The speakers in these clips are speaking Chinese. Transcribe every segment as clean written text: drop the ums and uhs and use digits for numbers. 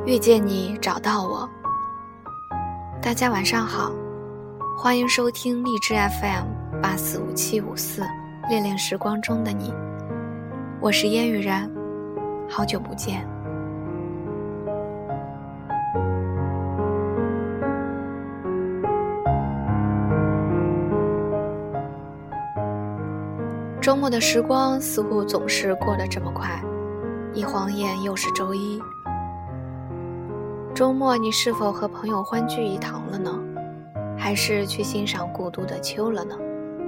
遇见你，找到我。大家晚上好，欢迎收听荔枝 FM845754恋恋时光中的你，我是烟雨然，好久不见。周末的时光似乎总是过得这么快，一晃眼又是周一。周末你是否和朋友欢聚一堂了呢？还是去欣赏孤独的秋了呢？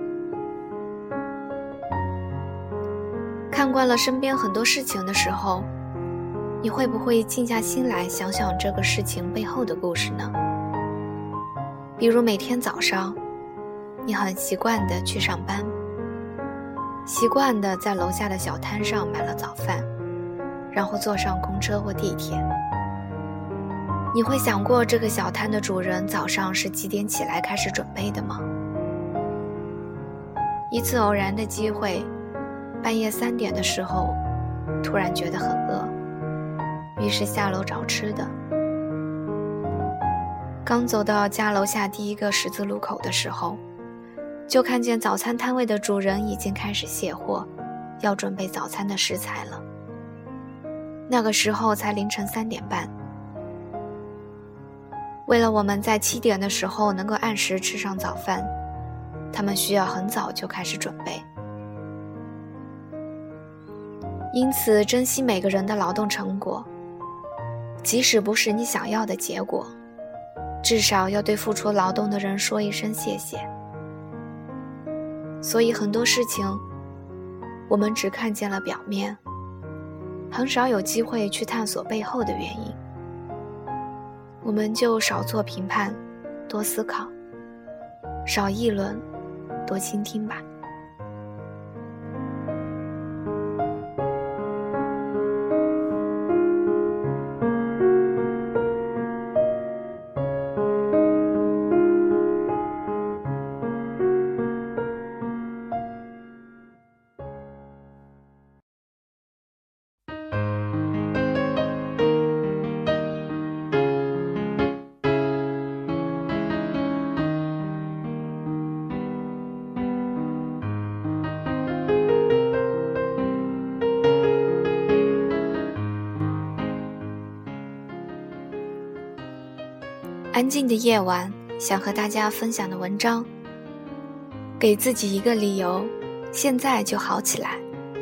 看惯了身边很多事情的时候，你会不会静下心来想想这个事情背后的故事呢？比如每天早上，你很习惯地去上班，习惯地在楼下的小摊上买了早饭，然后坐上公车或地铁。你会想过这个小摊的主人早上是几点起来开始准备的吗？一次偶然的机会，半夜3点的时候，突然觉得很饿，于是下楼找吃的。刚走到家楼下第一个十字路口的时候，就看见早餐摊位的主人已经开始卸货，要准备早餐的食材了。那个时候才凌晨3点半。为了我们在7点的时候能够按时吃上早饭，他们需要很早就开始准备。因此，珍惜每个人的劳动成果，即使不是你想要的结果，至少要对付出劳动的人说一声谢谢。所以很多事情，我们只看见了表面，很少有机会去探索背后的原因。我们就少做评判，多思考；少议论，多倾听吧。安静的夜晚，想和大家分享的文章，给自己一个理由，现在就好起来。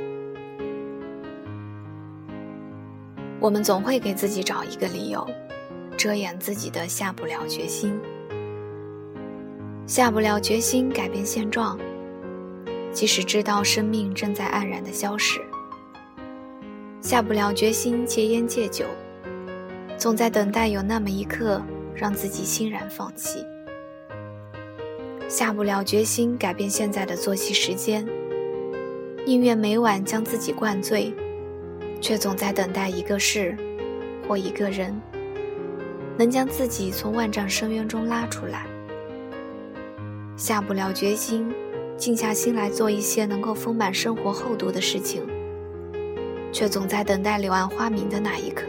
我们总会给自己找一个理由，遮掩自己的下不了决心。下不了决心改变现状，即使知道生命正在黯然的消逝。下不了决心戒烟戒酒，总在等待有那么一刻让自己欣然放弃。下不了决心改变现在的作息时间，宁愿每晚将自己灌醉，却总在等待一个事或一个人，能将自己从万丈深渊中拉出来。下不了决心静下心来做一些能够丰满生活厚度的事情，却总在等待柳暗花明的那一刻。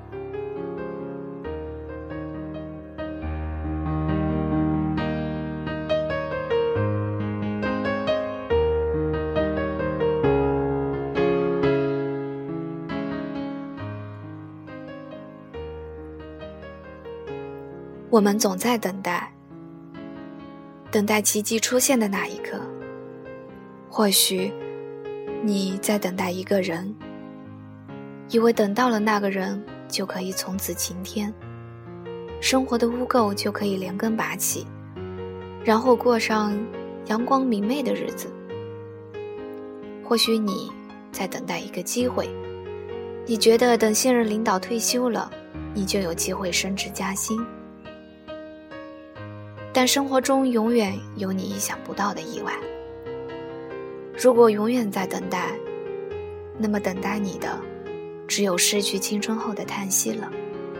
我们总在等待，等待奇迹出现的那一刻。或许你在等待一个人，以为等到了那个人就可以从此晴天，生活的污垢就可以连根拔起，然后过上阳光明媚的日子。或许你在等待一个机会，你觉得等现任领导退休了，你就有机会升职加薪。但生活中永远有你意想不到的意外。如果永远在等待，那么等待你的只有失去青春后的叹息了。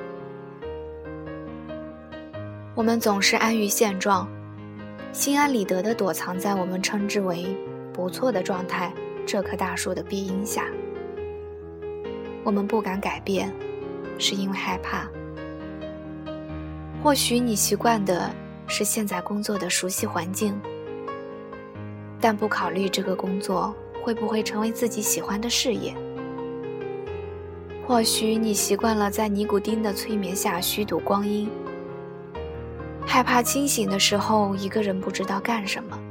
我们总是安于现状，心安理得地躲藏在我们称之为不错的状态这棵大树的庇荫下。我们不敢改变， 是因为害怕。或许你习惯的是现在工作的熟悉环境，但不考虑这个工作会不会成为自己喜欢的事业。或许你习惯了在尼古丁的催眠下虚度光阴，害怕清醒的时候一个人不知道干什么。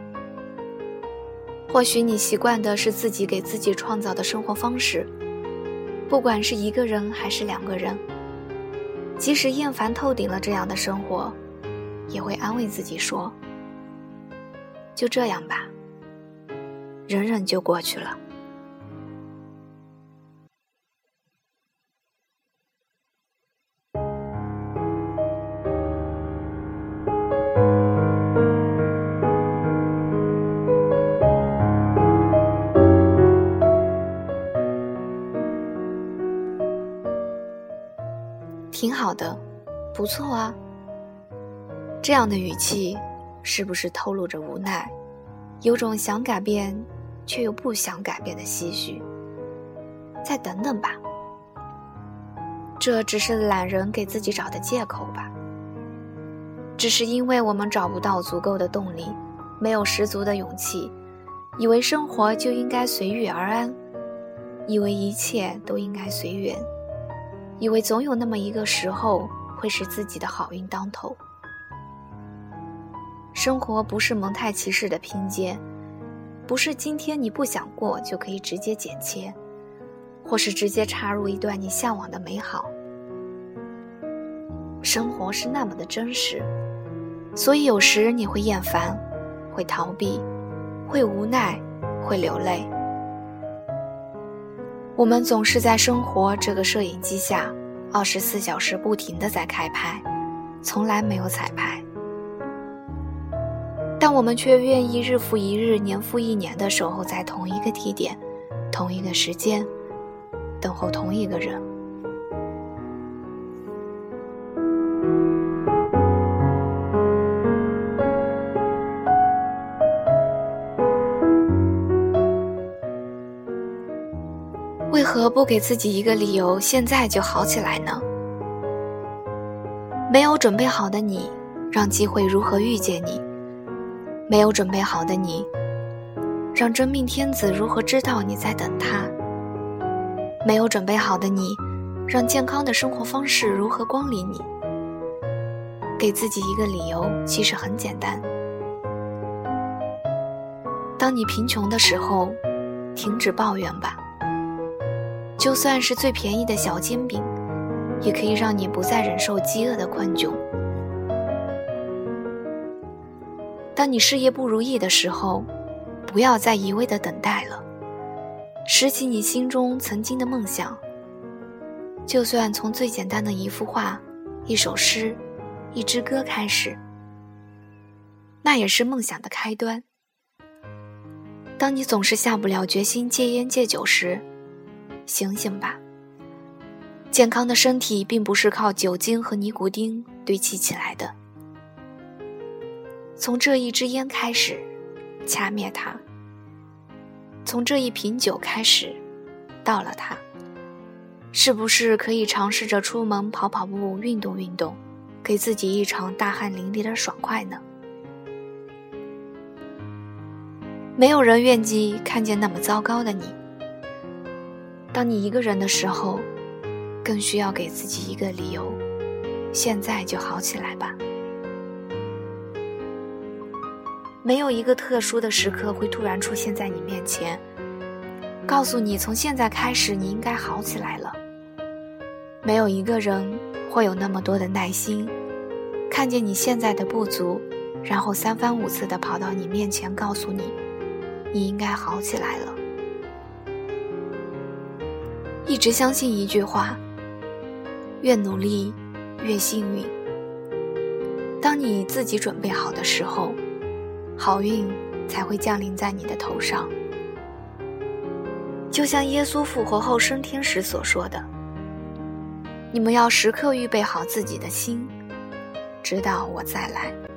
或许你习惯的是自己给自己创造的生活方式，不管是一个人还是两个人，即使厌烦透顶了这样的生活，也会安慰自己说，就这样吧，忍忍就过去了。挺好的，不错啊。这样的语气是不是透露着无奈，有种想改变却又不想改变的唏嘘？再等等吧，这只是懒人给自己找的借口吧。只是因为我们找不到足够的动力，没有十足的勇气，以为生活就应该随遇而安，以为一切都应该随缘，以为总有那么一个时候会使自己的好运当头。生活不是蒙太奇式的拼接，不是今天你不想过就可以直接剪切，或是直接插入一段你向往的美好。生活是那么的真实，所以有时你会厌烦，会逃避，会无奈，会流泪。我们总是在生活这个摄影机下24小时不停地在开拍，从来没有彩排。但我们却愿意日复一日，年复一年地守候在同一个地点，同一个时间，等候同一个人。为何不给自己一个理由，现在就好起来呢？没有准备好的你，让机会如何遇见你？没有准备好的你，让真命天子如何知道你在等他？没有准备好的你，让健康的生活方式如何光临你？给自己一个理由，其实很简单。当你贫穷的时候，停止抱怨吧。就算是最便宜的小煎饼，也可以让你不再忍受饥饿的困窘。当你事业不如意的时候，不要再一味地等待了，拾起你心中曾经的梦想，就算从最简单的一幅画、一首诗、一支歌开始，那也是梦想的开端。当你总是下不了决心戒烟戒酒时，醒醒吧，健康的身体并不是靠酒精和尼古丁堆砌起来的。从这一支烟开始，掐灭它；从这一瓶酒开始，倒了它。是不是可以尝试着出门跑跑步，运动运动，给自己一场大汗淋漓的爽快呢？没有人愿意看见那么糟糕的你。当你一个人的时候，更需要给自己一个理由，现在就好起来吧。没有一个特殊的时刻会突然出现在你面前，告诉你从现在开始你应该好起来了。没有一个人会有那么多的耐心，看见你现在的不足，然后三番五次地跑到你面前告诉你，你应该好起来了。一直相信一句话，越努力越幸运。当你自己准备好的时候，好运才会降临在你的头上。就像耶稣复活后升天时所说的，你们要时刻预备好自己的心，直到我再来。